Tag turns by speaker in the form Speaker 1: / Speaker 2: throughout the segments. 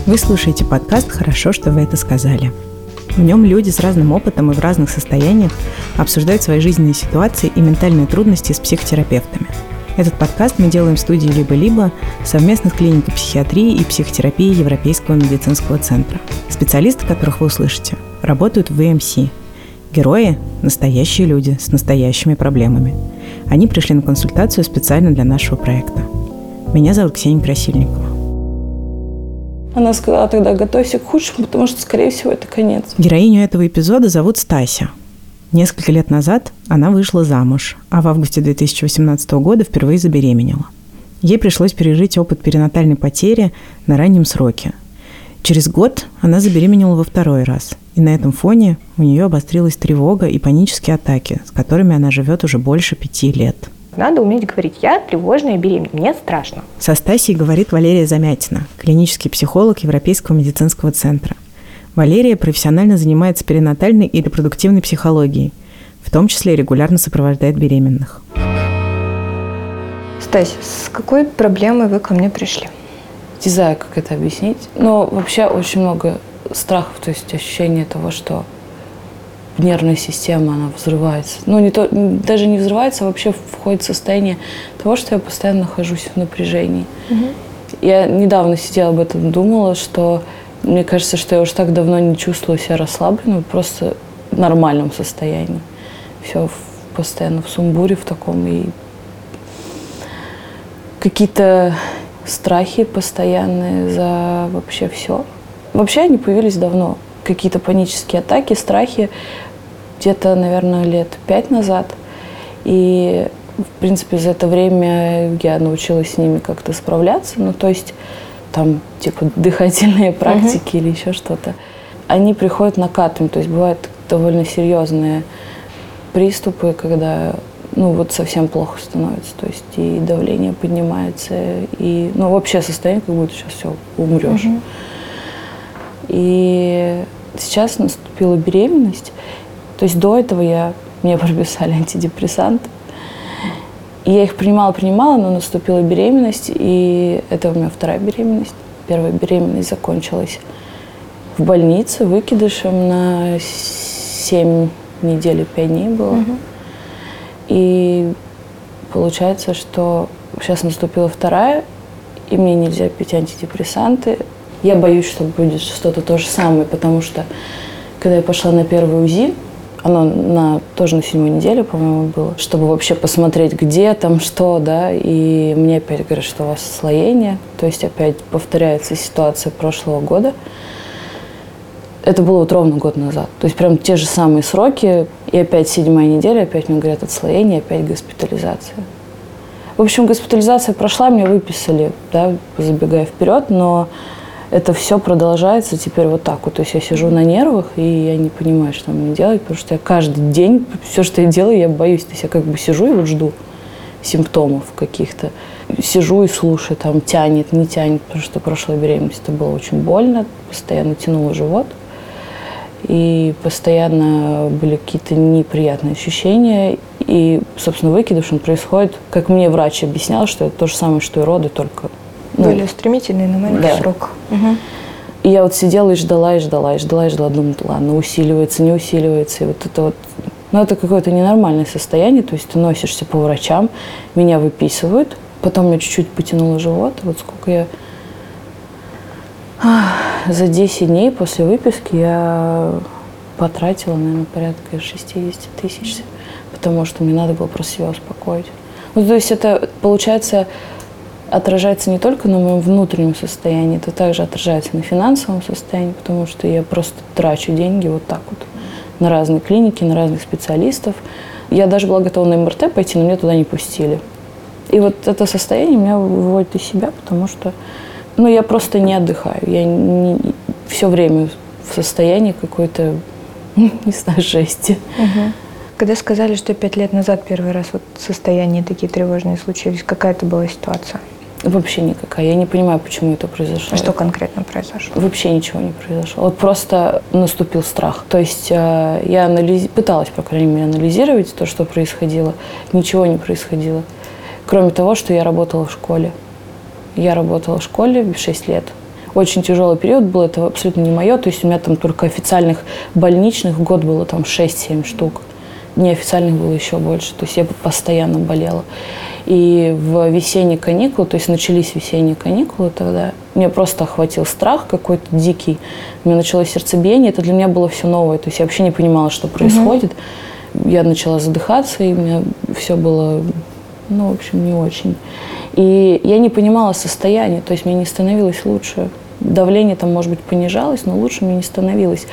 Speaker 1: Вы слушаете подкаст «Хорошо, что вы это сказали». В нем люди с разным опытом и в разных состояниях обсуждают свои жизненные ситуации и ментальные трудности с психотерапевтами. Этот подкаст мы делаем в студии «Либо-либо» совместно с клиникой психиатрии и психотерапии Европейского медицинского центра. Специалисты, которых вы услышите, работают в ВМС. Герои – настоящие люди с настоящими проблемами. Они пришли на консультацию специально для нашего проекта. Меня зовут Ксения Красильникова.
Speaker 2: Она сказала тогда: готовься к худшему, потому что, скорее всего, это конец.
Speaker 1: Героиню этого эпизода зовут Стася. Несколько лет назад она вышла замуж, а в августе 2018 года впервые забеременела. Ей пришлось пережить опыт перинатальной потери на раннем сроке. Через год она забеременела во второй раз, и на этом фоне у нее обострилась тревога и панические атаки, с которыми она живет уже больше 5 лет.
Speaker 3: Надо уметь говорить: я тревожная и беременная, мне страшно.
Speaker 1: Со Стасией говорит Валерия Замятина, клинический психолог Европейского медицинского центра. Валерия профессионально занимается перинатальной и репродуктивной психологией, в том числе регулярно сопровождает беременных.
Speaker 3: Стась, с какой проблемой вы ко мне пришли?
Speaker 2: Не знаю, как это объяснить. Но вообще очень много страхов, то есть ощущение того, что нервная система, она взрывается. Даже не взрывается, а вообще входит в состояние того, что я постоянно нахожусь в напряжении. Я недавно сидела об этом, думала, что мне кажется, что я уже так давно не чувствовала себя расслабленной, просто в нормальном состоянии. Все постоянно в сумбуре в таком, и какие-то страхи постоянные за вообще все. Вообще они появились давно. Какие-то панические атаки, страхи где-то, наверное, лет 5 назад. И, в принципе, за это время я научилась с ними как-то справляться. То есть там, типа, дыхательные практики или еще что-то. Они приходят накатами, то есть бывают довольно серьезные приступы, когда, совсем плохо становится. То есть и давление поднимается, и, вообще состояние, как будто сейчас все, умрешь. И сейчас наступила беременность. То есть до этого мне прописали антидепрессанты. И я их принимала, но наступила беременность. И это у меня вторая беременность. Первая беременность закончилась в больнице выкидышем на 7 недель, 5 дней было. И получается, что сейчас наступила вторая, и мне нельзя пить антидепрессанты. Я боюсь, что будет что-то то же самое, потому что, когда я пошла на первую УЗИ, оно тоже на 7-й неделе, по-моему, было, чтобы вообще посмотреть, где там что, да, и мне опять говорят, что у вас отслоение, то есть опять повторяется ситуация прошлого года. Это было ровно год назад, то есть прям те же самые сроки, и опять 7-я неделя, опять мне говорят отслоение, опять госпитализация. В общем, госпитализация прошла, мне выписали, да, забегая вперед, но это все продолжается теперь вот так вот. То есть я сижу на нервах, и я не понимаю, что мне делать, потому что я каждый день, все, что я делаю, я боюсь. То есть я как бы сижу и вот жду симптомов каких-то. Сижу и слушаю, там тянет, не тянет, потому что прошлая беременность это было очень больно, постоянно тянуло живот. И постоянно были какие-то неприятные ощущения. И, собственно, выкидыш, он происходит, как мне врач объяснял, что это то же самое, что и роды, только
Speaker 3: более стремительные на маленький срок.
Speaker 2: И я вот сидела и ждала, думаю, ладно, усиливается, не усиливается. И вот это вот, это какое-то ненормальное состояние, то есть ты носишься по врачам, меня выписывают, потом мне чуть-чуть потянуло живот, вот сколько я... За 10 дней после выписки я потратила, наверное, порядка 60 тысяч, потому что мне надо было просто себя успокоить. То есть это, получается, отражается не только на моем внутреннем состоянии, это также отражается на финансовом состоянии, потому что я просто трачу деньги вот так вот на разные клиники, на разных специалистов. Я даже была готова на МРТ пойти, но меня туда не пустили. И вот это состояние меня выводит из себя, потому что я просто не отдыхаю. Я все время в состоянии какой-то, не знаю, жести.
Speaker 3: Когда сказали, что 5 лет назад первый раз вот состояния такие тревожные случились, какая это была ситуация?
Speaker 2: Вообще никакая. Я не понимаю, почему это произошло.
Speaker 3: А что конкретно произошло?
Speaker 2: Вообще ничего не произошло. Вот просто наступил страх. То есть я пыталась, по крайней мере, анализировать то, что происходило. Ничего не происходило. Кроме того, что я работала в школе. Я работала в школе 6 лет. очень тяжелый период был, это абсолютно не мое. То есть у меня там только официальных больничных в год было там 6-7 штук. Неофициальных было еще больше. То есть я постоянно болела. И в весенние каникулы, то есть начались весенние каникулы тогда, меня просто охватил страх какой-то дикий. У меня началось сердцебиение, это для меня было все новое. То есть я вообще не понимала, что происходит. Я начала задыхаться, и у меня все было, в общем, не очень. И я не понимала состояние, то есть мне не становилось лучше. Давление там, может быть, понижалось, но лучше мне не становилось.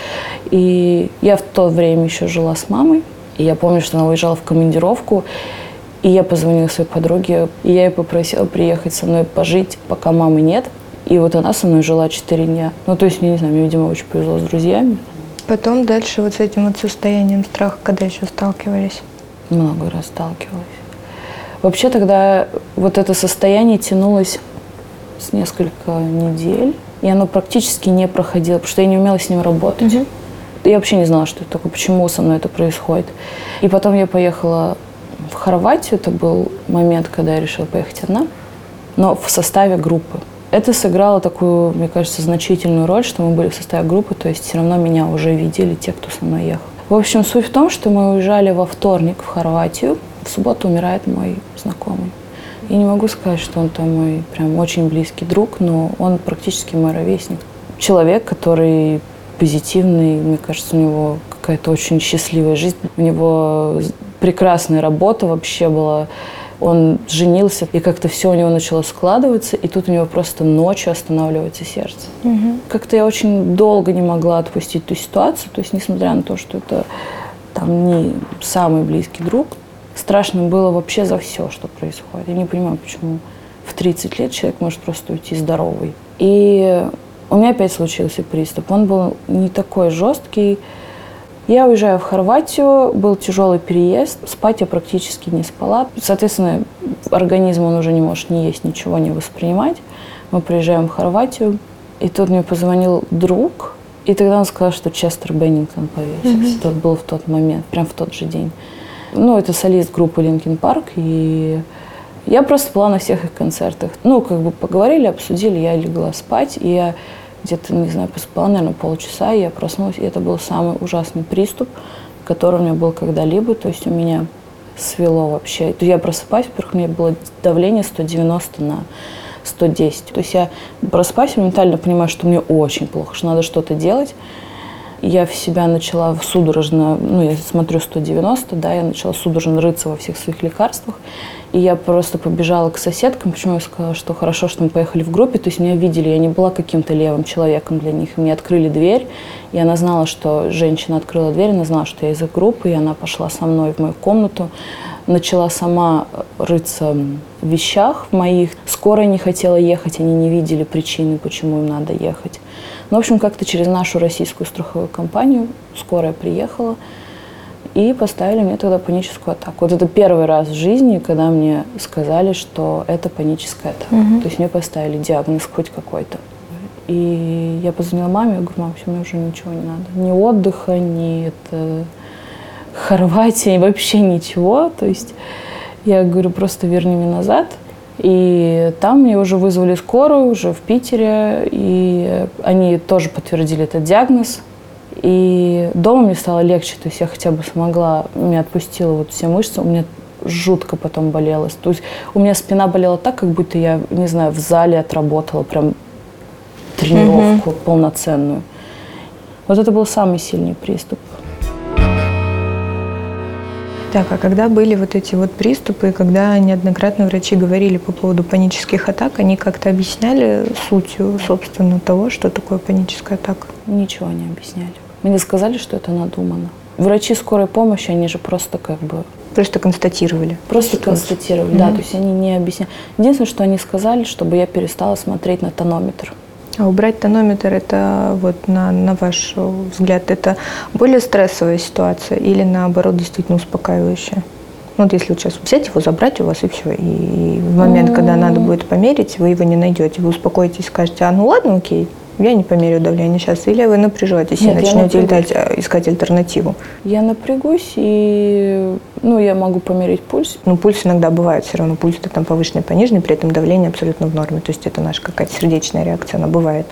Speaker 2: И я в то время еще жила с мамой. И я помню, что она уезжала в командировку, и я позвонила своей подруге, и я ее попросила приехать со мной пожить, пока мамы нет. И вот она со мной жила 4 дня. То есть, я не знаю, мне, видимо, очень повезло с друзьями.
Speaker 3: Потом дальше вот с этим вот состоянием страха, когда еще сталкивались?
Speaker 2: Много раз сталкивалась. Вообще тогда вот это состояние тянулось с несколько недель, и оно практически не проходило, потому что я не умела с ним работать. Я вообще не знала, что это такое, почему со мной это происходит. И потом я поехала в Хорватию, это был момент, когда я решила поехать одна, но в составе группы. Это сыграло такую, мне кажется, значительную роль, что мы были в составе группы, то есть все равно меня уже видели те, кто со мной ехал. В общем, суть в том, что мы уезжали во вторник в Хорватию, в субботу умирает мой знакомый. Я не могу сказать, что он там мой прям очень близкий друг, но он практически мой ровесник. Человек, который позитивный, мне кажется, у него какая-то очень счастливая жизнь. У него прекрасная работа вообще была. Он женился, и как-то все у него начало складываться, и тут у него просто ночью останавливается сердце. Как-то я очень долго не могла отпустить ту ситуацию, то есть несмотря на то, что это там не самый близкий друг, страшно было вообще за все, что происходит. Я не понимаю, почему в 30 лет человек может просто уйти здоровый. И у меня опять случился приступ. Он был не такой жесткий. Я уезжаю в Хорватию, был тяжелый переезд, спать я практически не спала. Соответственно, организм он уже не может ни есть, ничего не воспринимать. Мы приезжаем в Хорватию, и тут мне позвонил друг, и тогда он сказал, что Честер Беннингтон повесился. Это был в тот момент, прям в тот же день. Это солист группы Linkin Park, и я просто была на всех их концертах. Поговорили, обсудили, я легла спать, и я где-то, не знаю, поспала, наверное, полчаса, и я проснулась, и это был самый ужасный приступ, который у меня был когда-либо. То есть у меня свело вообще. То есть я просыпаюсь, во-первых, у меня было давление 190 на 110. То есть я просыпаюсь и моментально понимаю, что мне очень плохо, что надо что-то делать. Я в себя начала судорожно, я смотрю 190, я начала судорожно рыться во всех своих лекарствах. И я просто побежала к соседкам, почему я сказала, что хорошо, что мы поехали в группе. То есть меня видели, я не была каким-то левым человеком для них. Мне открыли дверь, и она знала, что женщина открыла дверь, она знала, что я из их группы, и она пошла со мной в мою комнату. Начала сама рыться в вещах моих. Скорая не хотела ехать, они не видели причины, почему им надо ехать. В общем, как-то через нашу российскую страховую компанию скорая приехала и поставили мне тогда паническую атаку. Вот это первый раз в жизни, когда мне сказали, что это паническая атака. То есть мне поставили диагноз хоть какой-то. И я позвонила маме, я говорю: мам, все, мне уже ничего не надо. Ни отдыха, ни Хорватия, вообще ничего. То есть я говорю: просто верни меня назад. И там мне уже вызвали скорую, уже в Питере, и они тоже подтвердили этот диагноз. И дома мне стало легче, то есть я хотя бы смогла, меня отпустила все мышцы, у меня жутко потом болело. То есть у меня спина болела так, как будто я, не знаю, в зале отработала прям тренировку полноценную. Вот это был самый сильный приступ.
Speaker 3: Так, а когда были вот эти вот приступы, когда неоднократно врачи говорили по поводу панических атак, они как-то объясняли сутью, собственно, того, что такое паническая атака?
Speaker 2: Ничего не объясняли. Мне сказали, что это надумано. Врачи скорой помощи, они же просто
Speaker 3: Просто констатировали?
Speaker 2: Просто констатировали, да, то есть они не объясняли. Единственное, что они сказали, чтобы я перестала смотреть на тонометр.
Speaker 3: А убрать тонометр, это вот на ваш взгляд, это более стрессовая ситуация или наоборот действительно успокаивающая? Вот если вот сейчас взять его, забрать у вас и все, и в момент, когда надо будет померить, вы его не найдете, вы успокоитесь, скажете: ну ладно, окей, я не померяю давление сейчас, или вы напряжетесь и начнете искать альтернативу?
Speaker 2: Я напрягусь, и я могу померить пульс.
Speaker 3: Пульс иногда бывает все равно, пульс там повышенный, пониженный, при этом давление абсолютно в норме, то есть это наша какая-то сердечная реакция, она бывает.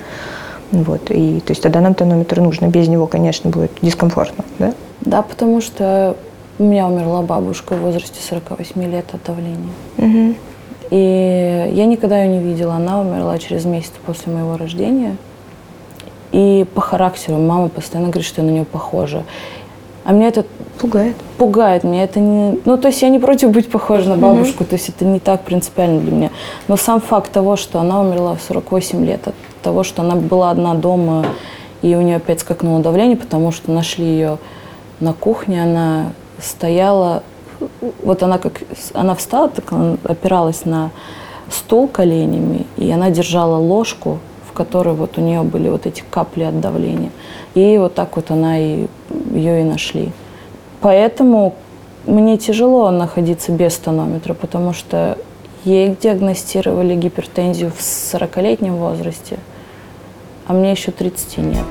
Speaker 3: И то есть тогда нам тонометр нужно, без него, конечно, будет дискомфортно, да?
Speaker 2: Да, потому что у меня умерла бабушка в возрасте 48 лет от давления.
Speaker 3: Угу.
Speaker 2: И я никогда ее не видела. Она умерла через месяц после моего рождения. И по характеру мама постоянно говорит, что я на нее похожа. А меня это
Speaker 3: пугает.
Speaker 2: Пугает. Меня это не... то есть я не против быть похожа на бабушку. То есть это не так принципиально для меня. Но сам факт того, что она умерла в 48 лет, от того, что она была одна дома, и у нее опять скакнуло давление, потому что нашли ее на кухне, она стояла... она встала, так она опиралась на стул коленями, и она держала ложку, в которой у нее были эти капли от давления. И так ее и нашли. Поэтому мне тяжело находиться без тонометра, потому что ей диагностировали гипертензию в 40-летнем возрасте, а мне еще 30 нет.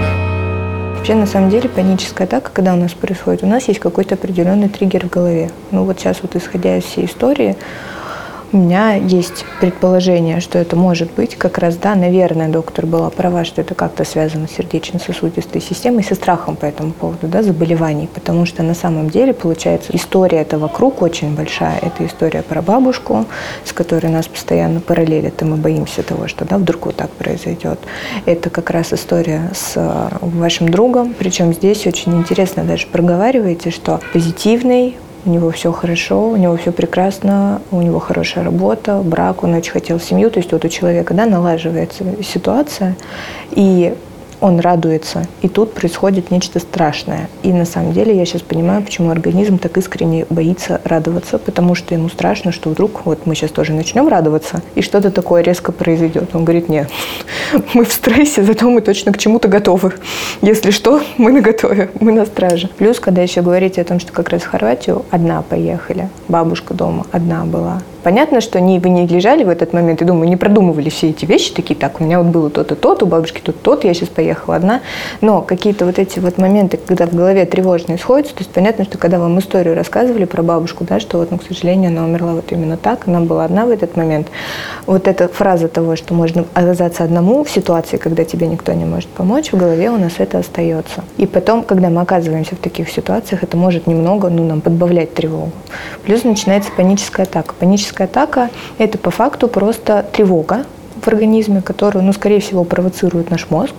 Speaker 3: Вообще, на самом деле, паническая атака, когда у нас происходит, у нас есть какой-то определенный триггер в голове. Сейчас исходя из всей истории, у меня есть предположение, что это может быть как раз, да, наверное, доктор была права, что это как-то связано с сердечно-сосудистой системой, со страхом по этому поводу, да, заболеваний, потому что на самом деле, получается, история эта вокруг очень большая. Это история про бабушку, с которой нас постоянно параллелят, и мы боимся того, что, да, вдруг так произойдет. Это как раз история с вашим другом, причем здесь очень интересно даже проговариваете, что позитивный, у него все хорошо, у него все прекрасно, у него хорошая работа, брак, он очень хотел семью. То есть у человека, да, налаживается ситуация, и он радуется, и тут происходит нечто страшное. И на самом деле я сейчас понимаю, почему организм так искренне боится радоваться, потому что ему страшно, что вдруг мы сейчас тоже начнем радоваться, и что-то такое резко произойдет. Он говорит, нет, мы в стрессе, зато мы точно к чему-то готовы. Если что, мы наготове, мы на страже. Плюс, когда еще говорите о том, что как раз в Хорватию одна поехали, бабушка дома одна была. Понятно, что вы не лежали в этот момент и, думаю, не продумывали все эти вещи, такие, так, у меня было то-то, то-то, у бабушки то-то, я сейчас поехала одна. Но какие-то эти моменты, когда в голове тревожно сходятся, то есть понятно, что когда вам историю рассказывали про бабушку, да, что к сожалению, она умерла именно так, она была одна в этот момент. Эта фраза того, что можно оказаться одному в ситуации, когда тебе никто не может помочь, в голове у нас это остается. И потом, когда мы оказываемся в таких ситуациях, это может немного, нам подбавлять тревогу. Плюс начинается паническая атака. Паническая атака – это по факту просто тревога в организме, которую, скорее всего, провоцирует наш мозг.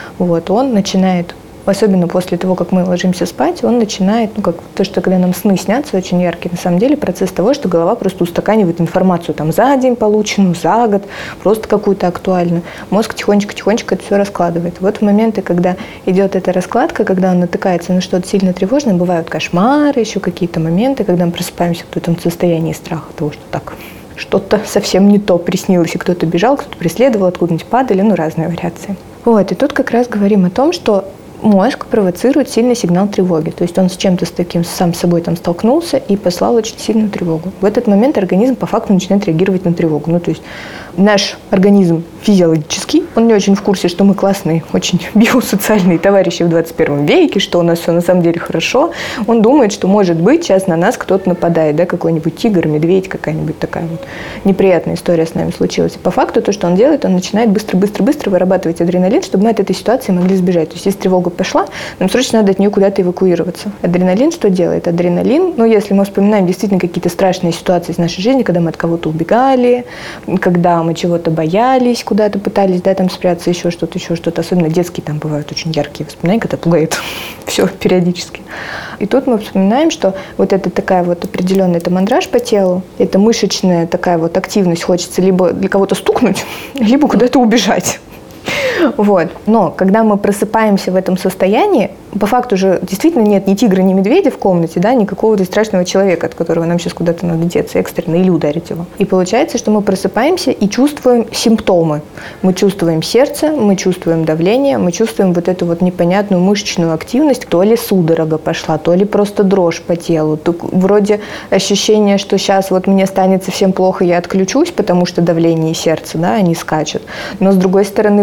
Speaker 3: Он начинает, особенно после того, как мы ложимся спать, он начинает, как то, что когда нам сны снятся очень яркие, на самом деле процесс того, что голова просто устаканивает информацию за день полученную, за год, просто какую-то актуальную. Мозг тихонечко это все раскладывает. В моменты, когда идет эта раскладка, когда он натыкается на что-то сильно тревожное, бывают кошмары, еще какие-то моменты, когда мы просыпаемся в том состоянии страха того, что так что-то совсем не то приснилось, и кто-то бежал, кто-то преследовал, откуда-нибудь падали, разные вариации. И тут как раз говорим о том, что мозг провоцирует сильный сигнал тревоги. То есть он с чем-то с таким сам с собой столкнулся и послал очень сильную тревогу. В этот момент организм по факту начинает реагировать на тревогу. То есть наш организм физиологический, он не очень в курсе, что мы классные, очень биосоциальные товарищи в 21 веке, что у нас все на самом деле хорошо. Он думает, что, может быть, сейчас на нас кто-то нападает, да, какой-нибудь тигр, медведь, какая-нибудь такая неприятная история с нами случилась. И по факту то, что он делает, он начинает быстро вырабатывать адреналин, чтобы мы от этой ситуации могли сбежать. То есть если тревога пошла, нам срочно надо от нее куда-то эвакуироваться. Адреналин что делает? Адреналин, если мы вспоминаем действительно какие-то страшные ситуации из нашей жизни, когда мы от кого-то убегали, когда мы чего-то боялись, куда-то пытались, спрятаться, еще что-то. Особенно детские бывают очень яркие воспоминания, когда пугает все периодически. И тут мы вспоминаем, что это такая определенная, это мандраж по телу, это мышечная такая активность, хочется либо для кого-то стукнуть, либо куда-то убежать. Но когда мы просыпаемся в этом состоянии, по факту же действительно нет ни тигра, ни медведя в комнате, да, ни какого-то страшного человека, от которого нам сейчас куда-то надо деться экстренно или ударить его. И получается, что мы просыпаемся и чувствуем симптомы. Мы чувствуем сердце, мы чувствуем давление, мы чувствуем эту непонятную мышечную активность. То ли судорога пошла, то ли просто дрожь по телу. Вроде ощущение, что сейчас мне станет совсем плохо, я отключусь, потому что давление и сердце, да, они скачут. Но с другой стороны, вроде надо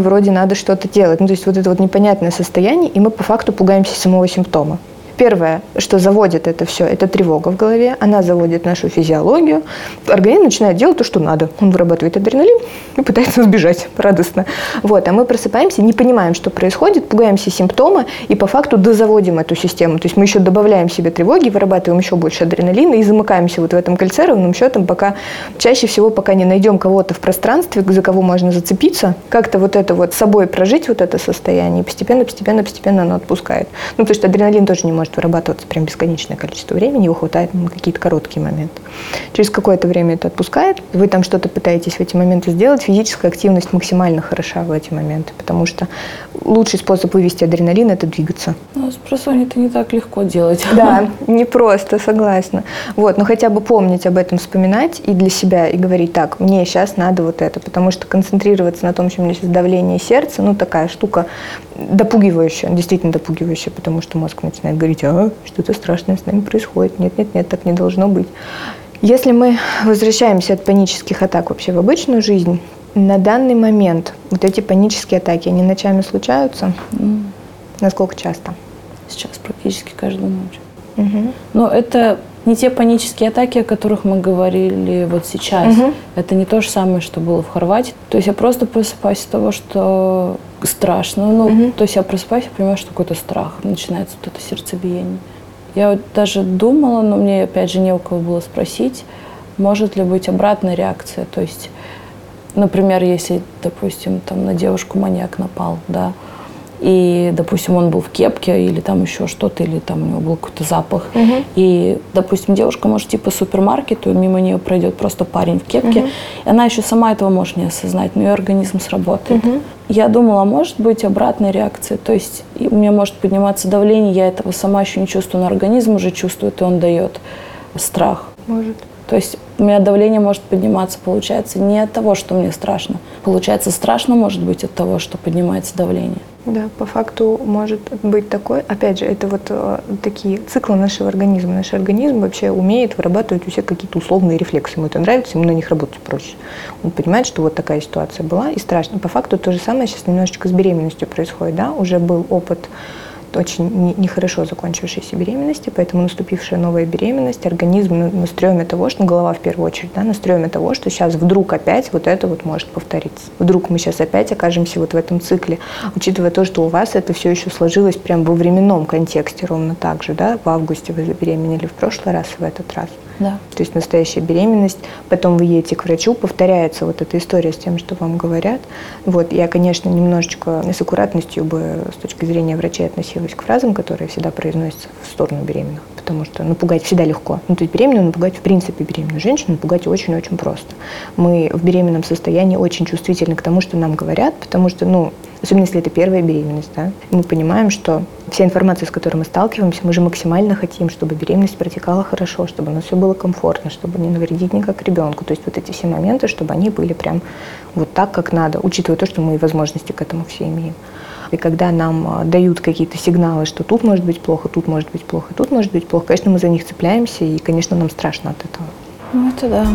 Speaker 3: надо что-то делать. Ну, то есть вот это вот непонятное состояние, и мы по факту пугаемся самого симптома. Первое, что заводит это все, это тревога в голове. Она заводит нашу физиологию. Организм начинает делать то, что надо. Он вырабатывает адреналин и пытается сбежать радостно. Вот. А мы просыпаемся, не понимаем, что происходит, пугаемся симптома и по факту дозаводим эту систему. То есть мы еще добавляем себе тревоги, вырабатываем еще больше адреналина и замыкаемся вот в этом кольце ровным счетом, пока чаще всего пока не найдем кого-то в пространстве, за кого можно зацепиться, как-то вот это вот с собой прожить вот это состояние, и постепенно оно отпускает. Ну, потому что адреналин тоже не может вырабатываться прям бесконечное количество времени, его хватает на какие-то короткие моменты. Через какое-то время это отпускает, вы там что-то пытаетесь в эти моменты сделать, физическая активность максимально хороша в эти моменты, потому что лучший способ вывести адреналин – это двигаться.
Speaker 2: Ну, с просонья это не так легко делать.
Speaker 3: Да, непросто, согласна. Вот, но хотя бы помнить об этом, вспоминать и для себя, и говорить: так, мне сейчас надо вот это, потому что концентрироваться на том, что у меня сейчас давление сердца, ну, такая штука допугивающая, действительно допугивающая, потому что мозг начинает говорить: что-то страшное с нами происходит, нет, так не должно быть. Если мы возвращаемся от панических атак вообще в обычную жизнь, на данный момент вот эти панические атаки, они ночами случаются? Насколько часто?
Speaker 2: Сейчас практически каждую ночь. Но это не те панические атаки, о которых мы говорили вот сейчас. Это не то же самое, что было в Хорватии. То есть я просто просыпаюсь от того, что страшно. Ну, то есть я просыпаюсь и понимаю, что какой-то страх. Начинается вот это сердцебиение. Я вот даже думала, но мне, опять же, не у кого было спросить, может ли быть обратная реакция. То есть, например, если, допустим, там на девушку маньяк напал, да, и, допустим, он был в кепке или там еще что-то, или там у него был какой-то запах. И, допустим, девушка может идти по супермаркету, и мимо нее пройдет просто парень в кепке, и она еще сама этого может не осознать, но ее организм сработает. Я думала, может быть обратная реакция, то есть у меня может подниматься давление, я этого сама еще не чувствую, но организм уже чувствует, и он дает страх.
Speaker 3: Может.
Speaker 2: То есть у меня давление может подниматься, получается, не от того, что мне страшно. Получается, страшно может быть от того, что поднимается давление.
Speaker 3: Да, по факту может быть такой. Опять же, это вот такие циклы нашего организма. Наш организм вообще умеет вырабатывать у себя какие-то условные рефлексы. Ему это нравится, ему на них работать проще. Он понимает, что вот такая ситуация была и страшно. По факту то же самое сейчас немножечко с беременностью происходит. Да? Уже был опыт очень нехорошо закончившейся беременности, поэтому наступившая новая беременность, организм на стреме того, что голова в первую очередь, да, на стреме того, что сейчас вдруг опять вот это вот может повториться. Вдруг мы сейчас опять окажемся вот в этом цикле, учитывая то, что у вас это все еще сложилось прямо во временном контексте ровно так же, да, в августе вы забеременели в прошлый раз и в этот раз.
Speaker 2: Да.
Speaker 3: То есть настоящая беременность, потом вы едете к врачу, повторяется вот эта история с тем, что вам говорят. Вот, я, конечно, немножечко с аккуратностью бы с точки зрения врачей относилась к фразам, которые всегда произносятся в сторону беременных, потому что напугать всегда легко. Ну, то есть беременную напугать, в принципе, беременную женщину напугать очень-очень просто. Мы в беременном состоянии очень чувствительны к тому, что нам говорят, потому что, ну, особенно если это первая беременность, да, мы понимаем, что вся информация, с которой мы сталкиваемся, мы же максимально хотим, чтобы беременность протекала хорошо, чтобы у нас все было комфортно, чтобы не навредить никак ребенку. То есть вот эти все моменты, чтобы они были прям вот так, как надо, учитывая то, что мы и возможности к этому все имеем. И когда нам дают какие-то сигналы, что тут может быть плохо, тут может быть плохо, тут может быть плохо, конечно, мы за них цепляемся, и, конечно, нам страшно от этого.
Speaker 2: Ну, это да.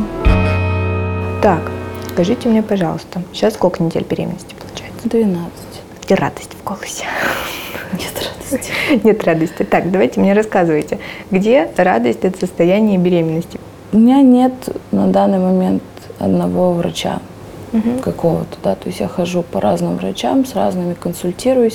Speaker 3: Так, скажите мне, пожалуйста, сейчас сколько недель беременности получается?
Speaker 2: 12.
Speaker 3: Где радость в голосе?
Speaker 2: Нет радости.
Speaker 3: Нет радости. Так, давайте мне рассказывайте, где радость от состояния беременности?
Speaker 2: У меня нет на данный момент одного врача какого-то, да, то есть я хожу по разным врачам, с разными консультируюсь.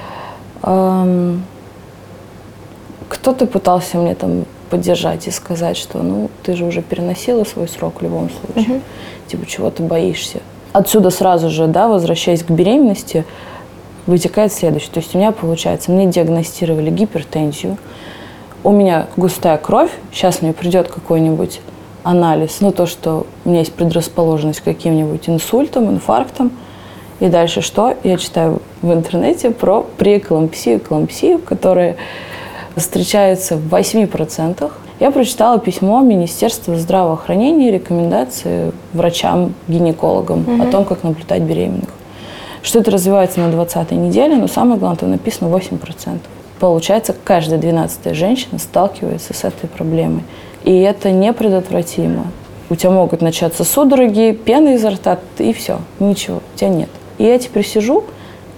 Speaker 2: Кто-то пытался мне там поддержать и сказать, что ну ты же уже переносила свой срок в любом случае, типа чего ты боишься. Отсюда сразу же, да, возвращаясь к беременности, вытекает следующее. То есть у меня получается, мне диагностировали гипертензию, у меня густая кровь, сейчас мне придет какой-нибудь анализ, ну то, что у меня есть предрасположенность к каким-нибудь инсультам, инфарктам. И дальше что? Я читаю в интернете про преэклампсию, которые встречаются в 8%. Я прочитала письмо Министерства здравоохранения, рекомендации врачам-гинекологам о том, как наблюдать беременных. Что это развивается на 20-й неделе, но самое главное, там написано 8%. Получается, каждая 12-я женщина сталкивается с этой проблемой. И это непредотвратимо. У тебя могут начаться судороги, пена изо рта, и все, ничего, у тебя нет. И я теперь сижу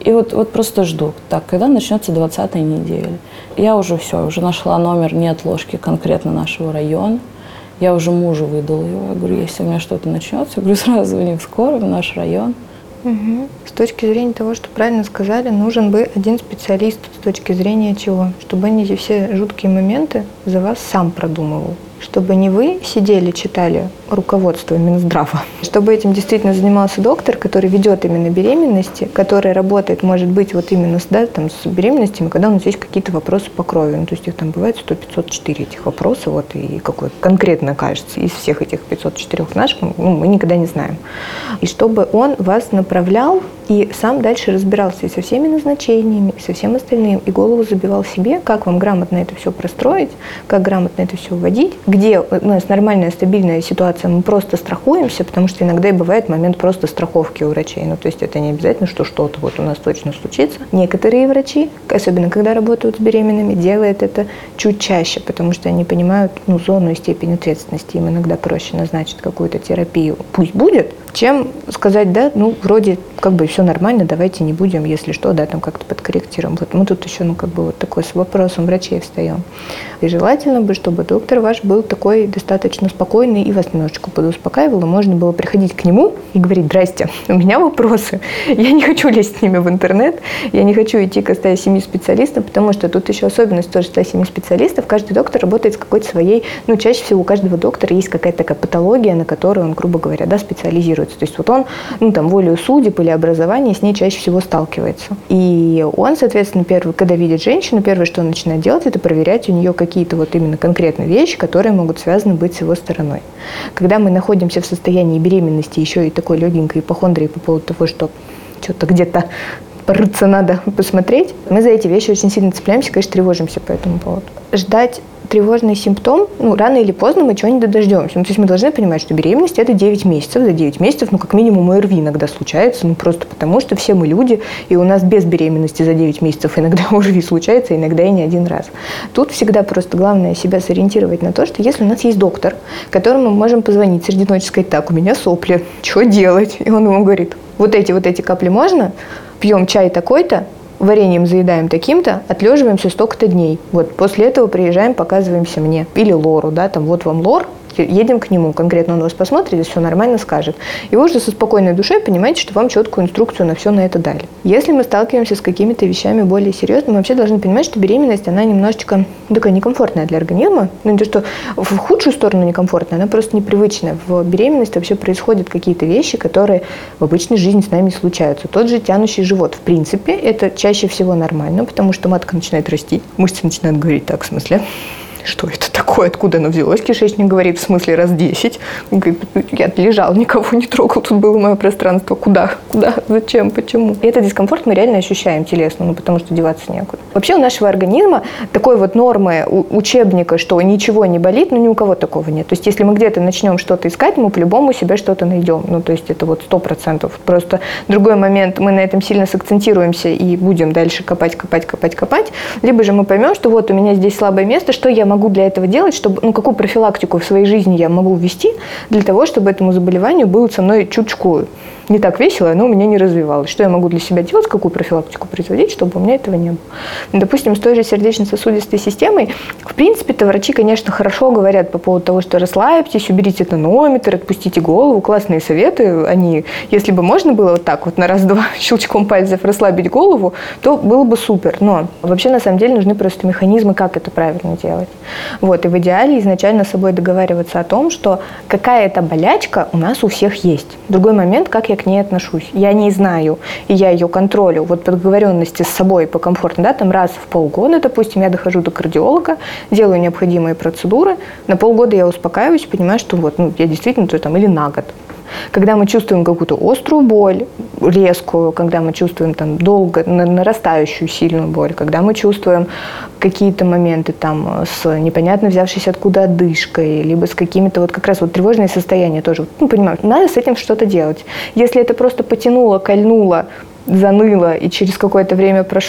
Speaker 2: И вот просто жду. Так, когда начнется 20-я неделя? Я уже уже нашла номер неотложки конкретно нашего района. Я уже мужу выдала его. Я говорю, если у меня что-то начнется, я говорю, сразу звони в скорую, в наш район.
Speaker 3: Угу. С точки зрения того, что правильно сказали, нужен бы один специалист с точки зрения чего? Чтобы он эти все жуткие моменты за вас сам продумывал. Чтобы не вы сидели, читали руководство Минздрава, чтобы этим действительно занимался доктор, который ведет именно беременности, который работает, может быть, вот именно с беременностями, когда у нас есть какие-то вопросы по крови. То есть их там бывает 100, 504 этих вопросов, и какой конкретно кажется из всех этих 504 наших, мы никогда не знаем. И чтобы он вас направлял и сам дальше разбирался и со всеми назначениями, и со всем остальным, и голову забивал себе, как вам грамотно это все простроить, как грамотно это все вводить, где у нас нормальная, стабильная ситуация, мы просто страхуемся, потому что иногда и бывает момент просто страховки у врачей. То есть это не обязательно, что что-то вот у нас точно случится. Некоторые врачи, особенно когда работают с беременными, делают это чуть чаще, потому что они понимают зону и степень ответственности. Им иногда проще назначить какую-то терапию. Пусть будет, чем сказать, вроде все нормально, давайте не будем, если что, там как-то подкорректируем. Вот мы тут еще, вот такой с вопросом врачей встаем. И желательно бы, чтобы доктор ваш был такой достаточно спокойный и вас немножечко подуспокаивал, и можно было приходить к нему и говорить: здрасте, у меня вопросы, я не хочу лезть с ними в интернет, я не хочу идти к 107 специалистам, потому что тут еще особенность тоже 107 специалистов, каждый доктор работает с какой-то своей, чаще всего у каждого доктора есть какая-то такая патология, на которую он, грубо говоря, специализируется. То есть вот он, волею судеб или образования с ней чаще всего сталкивается. И он, соответственно, когда видит женщину, первое, что он начинает делать, это проверять у нее какие-то вот именно конкретные вещи, которые могут связаны быть с его стороной. Когда мы находимся в состоянии беременности, еще и такой легенькой ипохондрии по поводу того, что что-то где-то порыться надо, посмотреть, мы за эти вещи очень сильно цепляемся, конечно, тревожимся по этому поводу. Ждать тревожный симптом, рано или поздно мы чего-нибудь дождемся. То есть мы должны понимать, что беременность – это 9 месяцев. За 9 месяцев, как минимум, ОРВИ иногда случается, просто потому что все мы люди, и у нас без беременности за 9 месяцев иногда ОРВИ случается, иногда и не один раз. Тут всегда просто главное себя сориентировать на то, что если у нас есть доктор, которому мы можем позвонить среди ночи и сказать: так, у меня сопли, что делать? И он ему говорит: вот эти капли можно, пьем чай такой-то, вареньем заедаем таким-то, отлеживаемся столько-то дней. Вот после этого приезжаем, показываемся мне. Или лору, вот вам лор, едем к нему, конкретно он вас посмотрит и все нормально скажет. И вы уже со спокойной душой понимаете, что вам четкую инструкцию на все на это дали. Если мы сталкиваемся с какими-то вещами более серьезными, мы вообще должны понимать, что беременность, она немножечко такая некомфортная для организма. Не то, что в худшую сторону некомфортная, она просто непривычная. В беременности вообще происходят какие-то вещи, которые в обычной жизни с нами случаются. Тот же тянущий живот. В принципе, это чаще всего нормально, потому что матка начинает расти, мышцы начинают говорить: так, в смысле? Что это такое? Откуда оно взялось? Кишечник говорит: в смысле, раз 10. Он говорит: я лежал, никого не трогал, тут было мое пространство. Куда? Зачем? Почему? И этот дискомфорт мы реально ощущаем телесно, потому что деваться некуда. Вообще у нашего организма такой вот нормы учебника, что ничего не болит, ни у кого такого нет. То есть если мы где-то начнем что-то искать, мы по-любому себе что-то найдем. То есть это 100%. Просто другой момент, мы на этом сильно сакцентируемся и будем дальше копать. Либо же мы поймем, что вот у меня здесь слабое место, что я могу для этого делать, чтобы, какую профилактику в своей жизни я могу ввести для того, чтобы этому заболеванию было со мной чуточку не так весело, оно у меня не развивалось. Что я могу для себя делать, какую профилактику производить, чтобы у меня этого не было. Допустим, с той же сердечно-сосудистой системой, в принципе-то врачи, конечно, хорошо говорят по поводу того, что расслабьтесь, уберите тонометр, отпустите голову, классные советы. Они, если бы можно было вот так вот на раз-два щелчком пальцев расслабить голову, то было бы супер. Но вообще, на самом деле, нужны просто механизмы, как это правильно делать. И в идеале изначально с собой договариваться о том, что какая-то болячка у нас у всех есть. Другой момент, как я к ней отношусь. Я не знаю, и я ее контролю. Вот по договоренности с собой по комфортно, раз в полгода, допустим, я дохожу до кардиолога, делаю необходимые процедуры, на полгода я успокаиваюсь, понимаю, что я действительно или на год. Когда мы чувствуем какую-то острую боль, резкую, когда мы чувствуем долго нарастающую сильную боль, когда мы чувствуем какие-то моменты с непонятно взявшейся откуда одышкой, либо с какими-то как раз тревожные состояния тоже, понимаю, надо с этим что-то делать. Если это просто потянуло, кольнуло, заныло и через какое-то время прошло,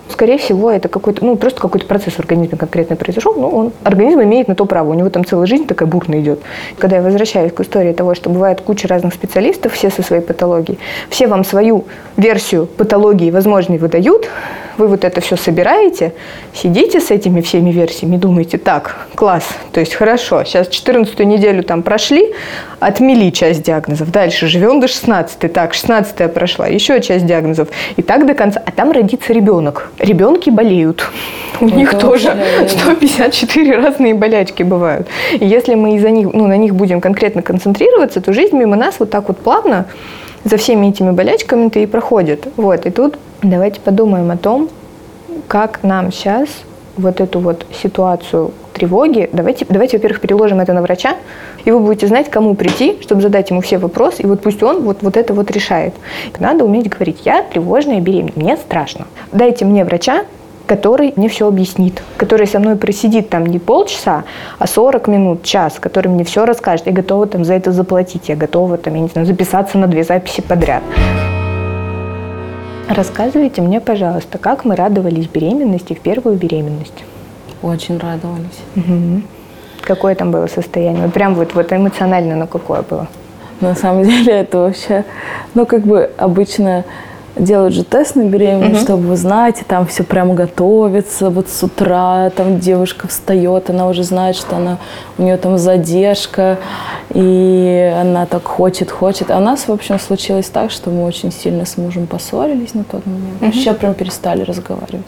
Speaker 3: Скорее всего, это какой-то, просто какой-то процесс в организме конкретно произошел, организм имеет на то право, у него там целая жизнь такая бурная идет. Когда я возвращаюсь к истории того, что бывает куча разных специалистов, все со своей патологией, все вам свою версию патологии возможной выдают, вы вот это все собираете, сидите с этими всеми версиями, думаете, так, класс, то есть хорошо, сейчас 14-ю неделю там прошли, отмели часть диагнозов, дальше живем до 16-й, так, 16-я прошла, еще часть диагнозов, и так до конца, а там родится ребенок. Ребенки болеют, у них тоже 154 разные болячки бывают. И если мы из-за них, на них будем конкретно концентрироваться, то жизнь мимо нас вот так вот плавно за всеми этими болячками-то и проходит. И тут давайте подумаем о том, как нам сейчас вот эту вот ситуацию тревоги, давайте, во-первых, переложим это на врача, и вы будете знать, кому прийти, чтобы задать ему все вопросы, и пусть он вот это вот решает. Надо уметь говорить, я тревожная, беременная, мне страшно. Дайте мне врача, который мне все объяснит, который со мной просидит там не полчаса, а 40 минут, час, который мне все расскажет. Я готова там за это заплатить, я готова там, я не знаю, записаться на 2 записи подряд. Рассказывайте мне, пожалуйста, как мы радовались беременности в первую беременность?
Speaker 2: Очень радовались.
Speaker 3: Угу. Какое там было состояние? Прям вот эмоционально, какое было?
Speaker 2: На самом деле это вообще, обычно делают же тест на беременность, чтобы вы знаете, там все прямо готовится, вот с утра там девушка встает, она уже знает, что у нее там задержка, и она так хочет. А у нас, в общем, случилось так, что мы очень сильно с мужем поссорились на тот момент, вообще прям перестали разговаривать.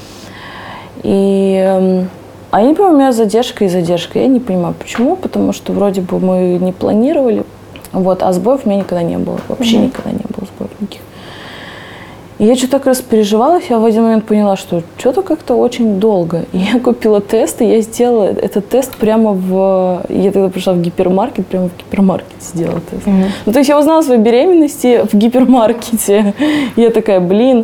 Speaker 2: И они, по-моему, у меня задержка. Я не понимаю, почему, потому что вроде бы мы не планировали, а сбоев у меня никогда не было, вообще никогда не было сбоев никаких. И я что-то так распереживалась, я в один момент поняла, что что-то как-то очень долго. И я купила тест, и я сделала этот тест прямо я тогда пришла в гипермаркет, прямо в гипермаркете сделала тест. То есть я узнала о своей беременности в гипермаркете. И я такая,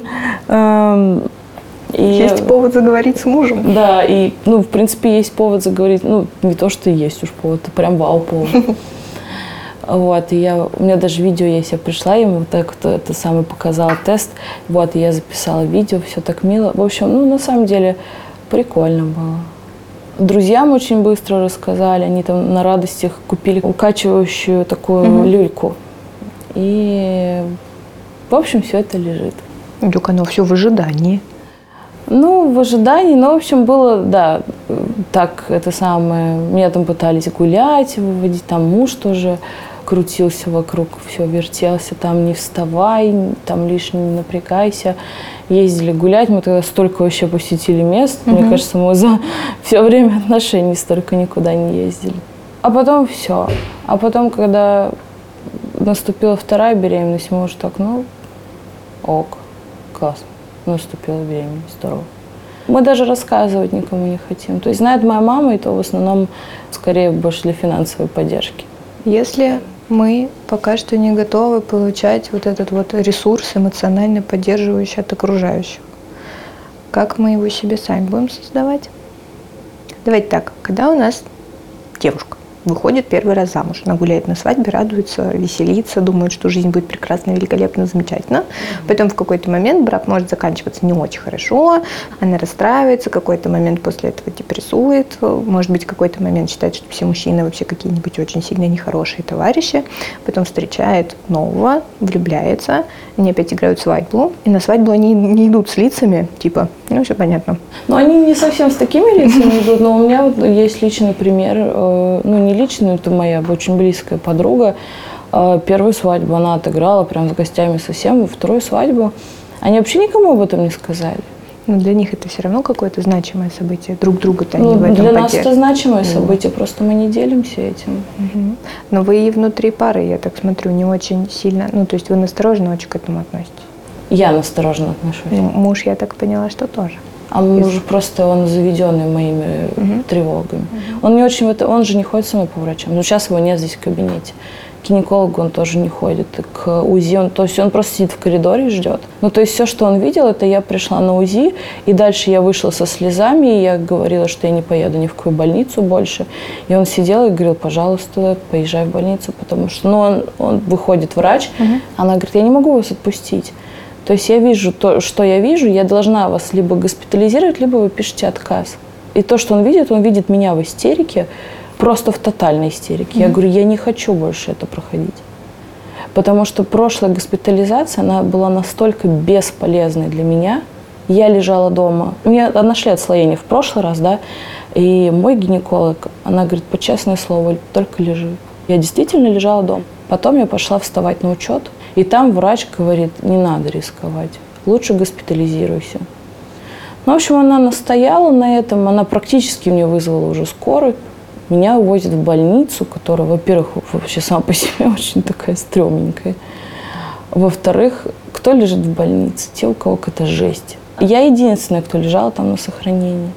Speaker 3: Есть повод заговорить с мужем.
Speaker 2: Да, и, в принципе, есть повод заговорить. Не то, что есть уж повод, это прям вау-повод. И у меня даже видео есть, я пришла, ему вот так вот это самое показала тест, и я записала видео, все так мило. В общем, на самом деле прикольно было. Друзьям очень быстро рассказали, они там на радостях купили укачивающую такую люльку. И, в общем, все это лежит.
Speaker 3: Так оно все в ожидании.
Speaker 2: В ожидании, в общем, было, да, так, это самое, меня там пытались гулять, выводить, там муж тоже крутился вокруг, все вертелся, там не вставай, там лишний не напрягайся. Ездили гулять, мы тогда столько вообще посетили мест, мне кажется, мы за все время отношений столько никуда не ездили. А потом все. А потом, когда наступила вторая беременность, мы уже так, классно. Наступила беременность, здорово. Мы даже рассказывать никому не хотим. То есть знает моя мама, и то в основном скорее больше для финансовой поддержки.
Speaker 3: Если мы пока что не готовы получать вот этот вот ресурс эмоционально поддерживающий от окружающих, как мы его себе сами будем создавать? Давайте так, когда у нас девушка выходит первый раз замуж, она гуляет на свадьбе, радуется, веселится, думает, что жизнь будет прекрасна, великолепна, замечательно. Потом в какой-то момент брак может заканчиваться не очень хорошо, она расстраивается, какой-то момент после этого депрессует, может быть, какой-то момент считает, что все мужчины вообще какие-нибудь очень сильно нехорошие товарищи, потом встречает нового, влюбляется, они опять играют свадьбу, и на свадьбу они не идут с лицами, типа, все понятно.
Speaker 2: Они не совсем с такими лицами идут, но у меня есть личный пример, не личный, это моя очень близкая подруга. Первую свадьбу она отыграла прям с гостями совсем, вторую свадьбу они вообще никому об этом не сказали.
Speaker 3: Для них это все равно какое-то значимое событие, друг друга-то они в этом
Speaker 2: для нас это значимое событие, просто мы не делимся этим.
Speaker 3: Но вы и внутри пары, я так смотрю, не очень сильно, то есть вы настороженно очень к этому относитесь?
Speaker 2: Я настороженно отношусь.
Speaker 3: Муж, я так поняла, что тоже.
Speaker 2: А муж просто, он заведенный моими тревогами. Он не очень он же не ходит со мной по врачам. Сейчас его нет здесь в кабинете. К гинекологу он тоже не ходит. К УЗИ то есть он просто сидит в коридоре и ждет. То есть все, что он видел, это я пришла на УЗИ, и дальше я вышла со слезами, и я говорила, что я не поеду ни в какую больницу больше. И он сидел и говорил, пожалуйста, поезжай в больницу, потому что, он выходит врач, она говорит, я не могу вас отпустить. То есть я вижу то, что я вижу, я должна вас либо госпитализировать, либо вы пишете отказ. И то, что он видит меня в истерике, просто в тотальной истерике. Я говорю, я не хочу больше это проходить. Потому что прошлая госпитализация, она была настолько бесполезной для меня. Я лежала дома. У меня нашли отслоение в прошлый раз, да, и мой гинеколог, она говорит, честное слово, только лежи. Я действительно лежала дома. Потом я пошла вставать на учет, и там врач говорит, не надо рисковать, лучше госпитализируйся. Ну, в общем, она настояла на этом, она практически мне вызвала уже скорую. Меня увозят в больницу, которая, во-первых, вообще сама по себе очень такая стрёмненькая. Во-вторых, кто лежит в больнице? Те, у кого какая-то жесть. Я единственная, кто лежала там на сохранении.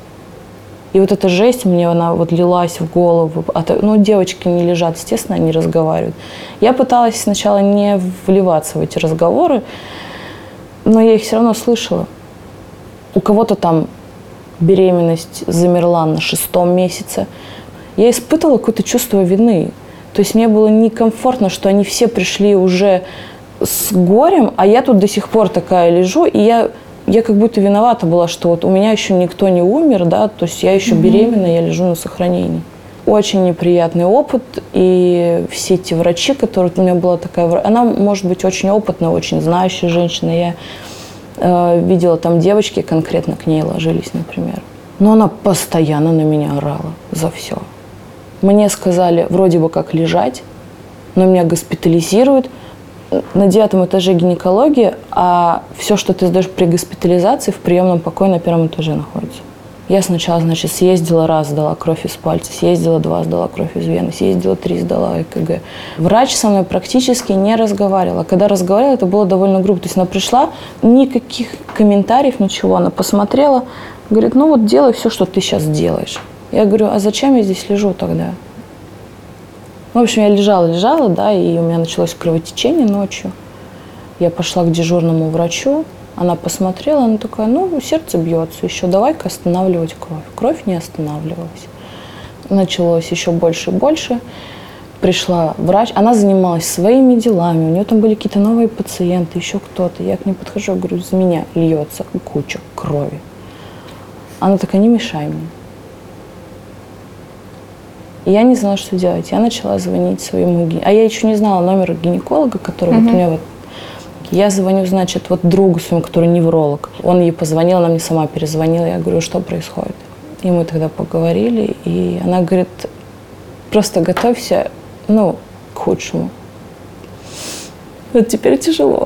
Speaker 2: И вот эта жесть мне, она вот лилась в голову. Ну, девочки не лежат, естественно, они разговаривают. Я пыталась сначала не вливаться в эти разговоры, но я их все равно слышала. У кого-то там беременность замерла на 6-м месяце. Я испытывала какое-то чувство вины. То есть мне было некомфортно, что они все пришли уже с горем, а я тут до сих пор такая лежу, и я как будто виновата была, что вот у меня еще никто не умер, да, то есть я еще беременна, я лежу на сохранении. Очень неприятный опыт, и все эти врачи, которые у меня была такая, она может быть очень опытная, очень знающая женщина, я видела там девочки конкретно к ней ложились, например. Но она постоянно на меня орала за все. Мне сказали вроде бы как лежать, но меня госпитализируют. На 9-м этаже гинекология, а все, что ты сдаешь при госпитализации, в приемном покое на 1-м этаже находится. Я сначала, значит, съездила раз, сдала кровь из пальца, съездила 2, сдала кровь из вены, съездила 3, сдала ЭКГ. Врач со мной практически не разговаривала. Когда разговаривала, это было довольно грубо. То есть она пришла, никаких комментариев, ничего. Она посмотрела, говорит, ну вот делай все, что ты сейчас делаешь. Я говорю, а зачем я здесь лежу тогда? В общем, я лежала, да, и у меня началось кровотечение ночью. Я пошла к дежурному врачу, она посмотрела, она такая, ну, сердце бьется еще, давай-ка останавливать кровь. Кровь не останавливалась. Началось еще больше и больше. Пришла врач, она занималась своими делами, у нее там были какие-то новые пациенты, еще кто-то. Я к ней подхожу, говорю, из меня льется куча крови. Она такая, не мешай мне. И я не знала, что делать. Я начала звонить своему гинекологу. А я еще не знала номер гинеколога, который вот у меня вот... Я звоню, значит, вот другу своему, который невролог. Он ей позвонил, она мне сама перезвонила. Я говорю, что происходит? И мы тогда поговорили. И она говорит, просто готовься, ну, к худшему. Вот теперь тяжело.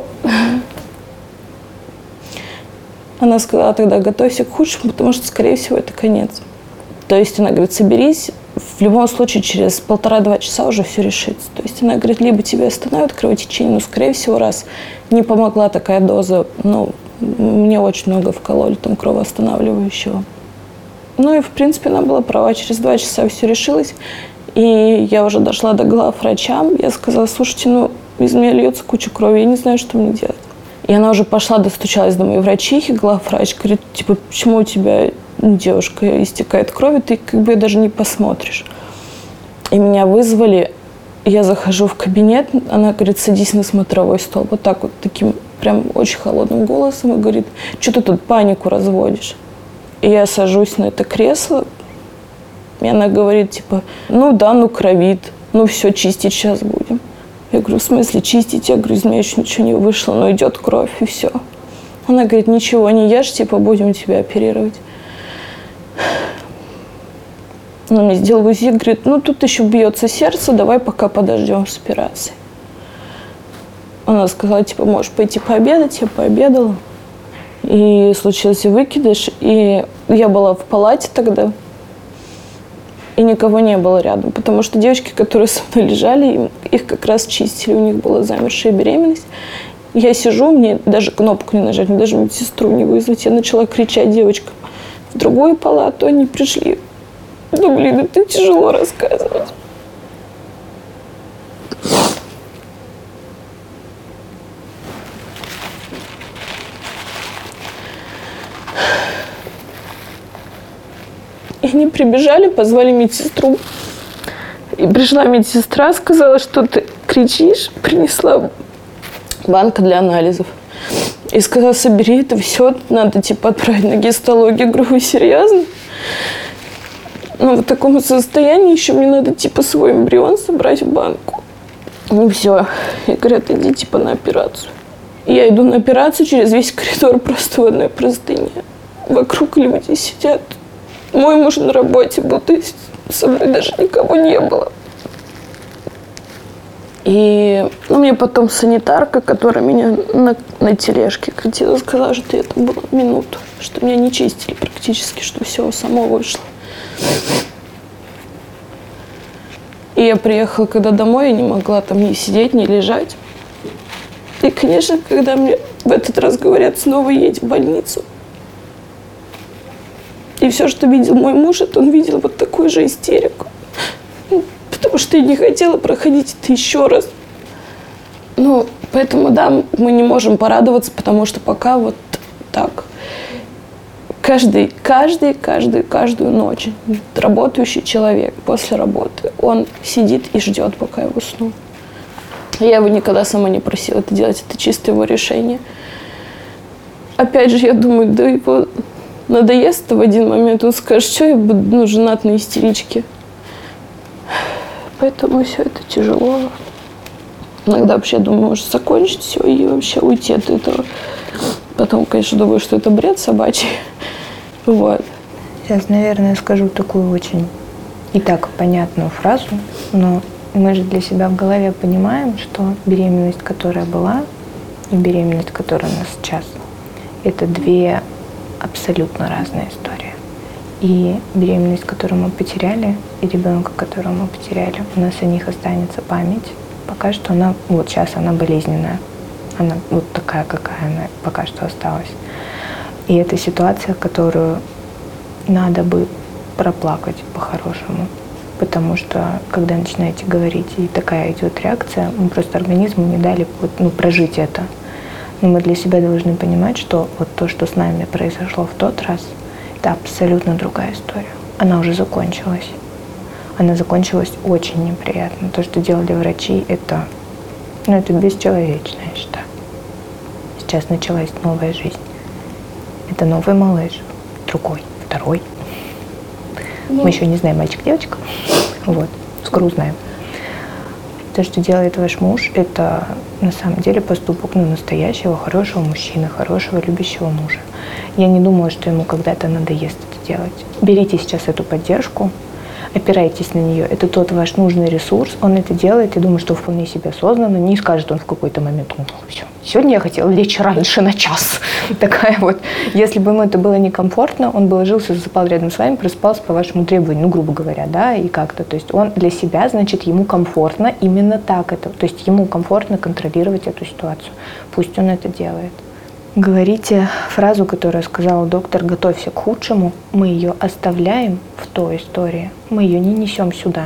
Speaker 2: Она сказала тогда, готовься к худшему, потому что, скорее всего, это конец. То есть она говорит, соберись, в любом случае через 1,5-2 часа уже все решится. То есть она говорит, либо тебе остановят кровотечение, но, скорее всего, раз не помогла такая доза, ну, мне очень много вкололи там кровоостанавливающего. Ну и, в принципе, она была права, через 2 часа все решилось. И я уже дошла до главврача, я сказала, слушайте, ну, из меня льется куча крови, я не знаю, что мне делать. И она уже пошла, достучалась до моей врачихи, главврач говорит, типа, почему у тебя... девушка истекает кровью, ты как бы даже не посмотришь. И меня вызвали, я захожу в кабинет, она говорит, садись на смотровой стол. Вот так вот, таким прям очень холодным голосом, и говорит, что ты тут панику разводишь? И я сажусь на это кресло, и она говорит, типа, ну да, ну кровит, ну все, чистить сейчас будем. Я говорю, в смысле чистить? Я говорю, из меня еще ничего не вышло, но идет кровь, и все. Она говорит, ничего не ешь, типа, будем тебя оперировать. Она мне сделала УЗИ, говорит, ну тут еще бьется сердце, давай пока подождем с операцией. Она сказала, типа, можешь пойти пообедать, я пообедала. И случился выкидыш, и я была в палате тогда, и никого не было рядом, потому что девочки, которые со мной лежали, их как раз чистили, у них была замершая беременность. Я сижу, мне даже кнопку не нажать, мне даже медсестру не вызвать, я начала кричать девочкам. В другую палату они пришли. Ну, блин, это тяжело рассказывать. И они прибежали, позвали медсестру. И пришла медсестра, сказала, что ты кричишь, принесла банка для анализов. И сказала: собери это все, надо типа отправить на гистологию. Я говорю: вы серьезно? Ну, в таком состоянии еще мне надо типа свой эмбрион собрать в банку. Ну все. Я говорю: иди типа на операцию. И я иду на операцию, через весь коридор просто в одной простыне. Вокруг люди сидят. Мой муж на работе был, то есть со мной даже никого не было. И мне потом санитарка, которая меня на тележке катила, сказала, что это было минуту, что меня не чистили практически, что все само вышло. И я приехала когда домой, я не могла там ни сидеть, ни лежать. И, конечно, когда мне в этот раз говорят: снова едь в больницу. И все, что видел мой муж, это он видел вот такую же истерику. Потому что я не хотела проходить это еще раз. Ну, поэтому, да, мы не можем порадоваться, потому что пока вот так. Каждую ночь работающий человек после работы, он сидит и ждет, пока я усну. Я его никогда сама не просила это делать, это чисто его решение. Опять же, я думаю, да его надоест в один момент, он скажет: что я буду женат на истеричке. Поэтому все это тяжело. Иногда вообще думаю, может закончить все и вообще уйти от этого. Потом, конечно, думаю, что это бред собачий. Вот.
Speaker 3: Сейчас, наверное, скажу такую очень и так понятную фразу, но мы же для себя в голове понимаем, что беременность, которая была, и беременность, которая у нас сейчас, это две абсолютно разные истории. И беременность, которую мы потеряли, и ребенка, которого мы потеряли, у нас о них останется память. Пока что она, вот сейчас она болезненная. Она вот такая, какая она пока что осталась. И это ситуация, которую надо бы проплакать по-хорошему. Потому что, когда начинаете говорить, и такая идет реакция, мы просто организму не дали прожить это. Но мы для себя должны понимать, что вот то, что с нами произошло в тот раз, это абсолютно другая история. Она уже закончилась. Она закончилась очень неприятно. То, что делали врачи, это бесчеловечно, я считаю. Сейчас началась новая жизнь. Это новый малыш. Другой, второй. Мы еще не знаем, мальчик-девочка. Вот. Скоро узнаем. То, что делает ваш муж, это на самом деле поступок настоящего, хорошего мужчины, хорошего, любящего мужа. Я не думаю, что ему когда-то надоест это делать. Берите сейчас эту поддержку, опирайтесь на нее. Это тот ваш нужный ресурс. Он это делает, и думаю, что вполне себе осознанно. Не скажет он в какой-то момент: все, сегодня я хотела лечь раньше на час. Такая вот. Если бы ему это было некомфортно, он бы ложился, засыпал рядом с вами, просыпался по вашему требованию, грубо говоря, да, и как-то. То есть он для себя, значит, ему комфортно именно так это. То есть ему комфортно контролировать эту ситуацию. Пусть он это делает. Говорите фразу, которую сказал доктор: готовься к худшему. Мы ее оставляем в той истории, мы ее не несем сюда.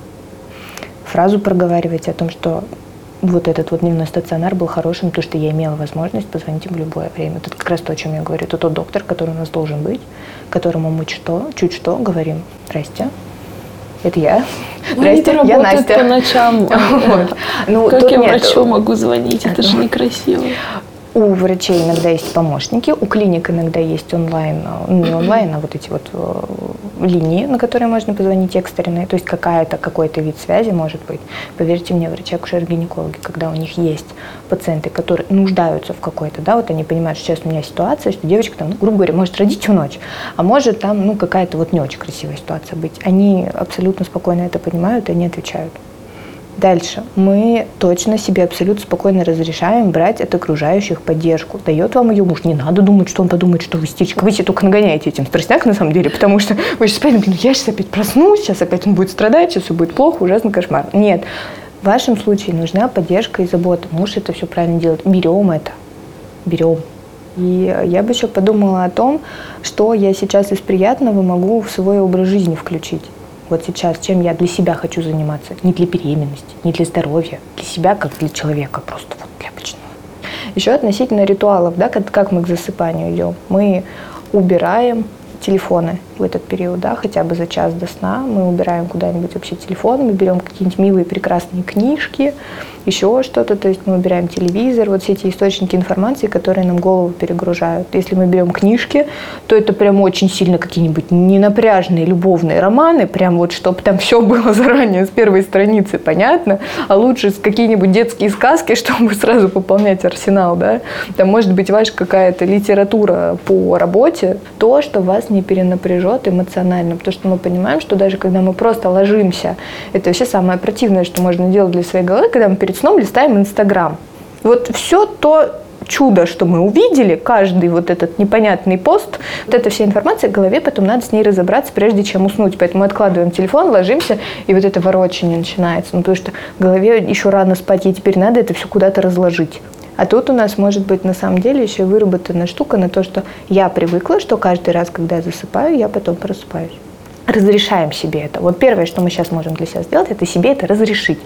Speaker 3: Фразу проговаривайте о том, что вот этот вот дневной стационар был хорошим, потому что я имела возможность позвонить им в любое время. Это как раз то, о чем я говорю. Это тот доктор, который у нас должен быть, которому мы чуть что говорим: здрасте, это я. Здрасте, я Настя.
Speaker 2: По ночам. Как я врачу могу звонить? Это же некрасиво.
Speaker 3: У врачей иногда есть помощники, у клиник иногда есть онлайн, не онлайн, а вот эти вот линии, на которые можно позвонить экстренные, то есть какой-то вид связи может быть. Поверьте мне, врачи-акушеры-гинекологи, когда у них есть пациенты, которые нуждаются в какой-то, да, вот они понимают, что сейчас у меня ситуация, что девочка там, грубо говоря, может родить в ночь, а может там, какая-то вот не очень красивая ситуация быть. Они абсолютно спокойно это понимают и они отвечают. Дальше. Мы точно себе абсолютно спокойно разрешаем брать от окружающих поддержку. Дает вам ее муж. Не надо думать, что он подумает, что вы истеричка. Вы себе только нагоняете этим страстяк на самом деле, потому что вы сейчас опять, я сейчас опять проснусь, сейчас опять он будет страдать, сейчас все будет плохо, ужасный кошмар. Нет. В вашем случае нужна поддержка и забота. Муж это все правильно делает. Берем это. Берем. И я бы еще подумала о том, что я сейчас из приятного могу в свой образ жизни включить. Вот сейчас, чем я для себя хочу заниматься. Не для беременности, не для здоровья. Для себя, как для человека, просто вот для обычного. Еще относительно ритуалов, да, как мы к засыпанию идем. Мы убираем телефоны. в этот период, да, хотя бы за час до сна. Мы убираем куда-нибудь вообще телефон, мы берем какие-нибудь милые прекрасные книжки, еще что-то, то есть мы убираем телевизор, вот все эти источники информации, которые нам голову перегружают. Если мы берем книжки, то это прям очень сильно какие-нибудь ненапряжные любовные романы, прям вот, чтобы там все было заранее с первой страницы понятно, а лучше какие-нибудь детские сказки, чтобы сразу пополнять арсенал, да. Там может быть ваша какая-то литература по работе, то, что вас не перенапряжет эмоционально, потому что мы понимаем, что даже когда мы просто ложимся, это вообще самое противное, что можно делать для своей головы, когда мы перед сном листаем Инстаграм. Вот все то чудо, что мы увидели, каждый вот этот непонятный пост, вот эта вся информация в голове, потом надо с ней разобраться, прежде чем уснуть. Поэтому мы откладываем телефон, ложимся, и вот это ворочание начинается. Ну, потому что в голове еще рано спать, и теперь надо это все куда-то разложить. А тут у нас может быть на самом деле еще и выработана штука на то, что я привыкла, что каждый раз, когда я засыпаю, я потом просыпаюсь. Разрешаем себе это. Вот первое, что мы сейчас можем для себя сделать, это себе это разрешить.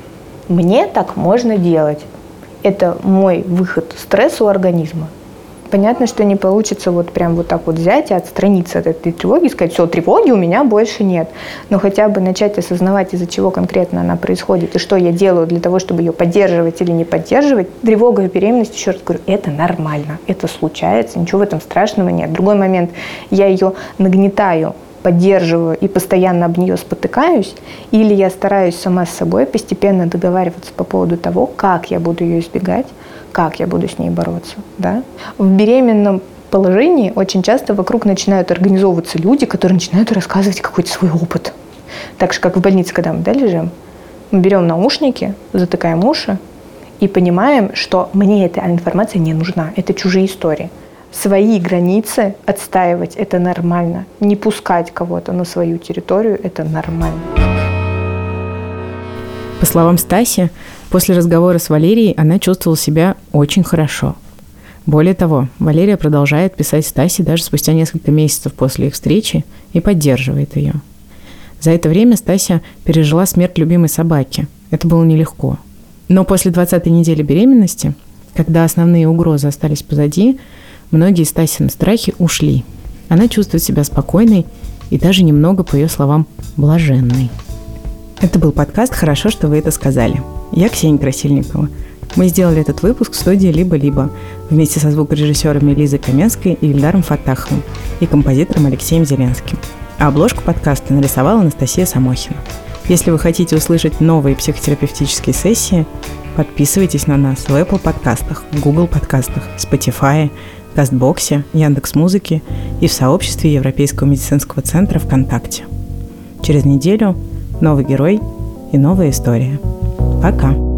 Speaker 3: Мне так можно делать. Это мой выход стресса у организма. Понятно, что не получится вот прям вот так вот взять и отстраниться от этой тревоги и сказать, все, тревоги у меня больше нет. Но хотя бы начать осознавать, из-за чего конкретно она происходит и что я делаю для того, чтобы ее поддерживать или не поддерживать. Тревога и беременность, еще раз говорю, это нормально, это случается, ничего в этом страшного нет. В другой момент я ее нагнетаю, поддерживаю и постоянно об нее спотыкаюсь, или я стараюсь сама с собой постепенно договариваться по поводу того, как я буду ее избегать, как я буду с ней бороться. Да? В беременном положении очень часто вокруг начинают организовываться люди, которые начинают рассказывать какой-то свой опыт. Так же, как в больнице, когда мы лежим, мы берем наушники, затыкаем уши и понимаем, что мне эта информация не нужна, это чужие истории. Свои границы отстаивать – это нормально. Не пускать кого-то на свою территорию – это нормально.
Speaker 1: По словам Стаси, после разговора с Валерией она чувствовала себя очень хорошо. Более того, Валерия продолжает писать Стасе даже спустя несколько месяцев после их встречи и поддерживает ее. За это время Стася пережила смерть любимой собаки. Это было нелегко. Но после 20-й недели беременности, когда основные угрозы остались позади, многие Стасины страхи ушли. Она чувствует себя спокойной и даже немного, по ее словам, блаженной. Это был подкаст «Хорошо, что вы это сказали». Я Ксения Красильникова. Мы сделали этот выпуск в студии «Либо-либо» вместе со звукорежиссерами Лизой Каменской и Ильдаром Фаттаховым и композитором Алексеем Зеленским. А обложку подкаста нарисовала Анастасия Самохина. Если вы хотите услышать новые психотерапевтические сессии, подписывайтесь на нас в Apple подкастах, в Google подкастах, Spotify, в Кастбоксе, Яндекс.Музыке и в сообществе Европейского медицинского центра ВКонтакте. Через неделю новый герой и новая история. Пока!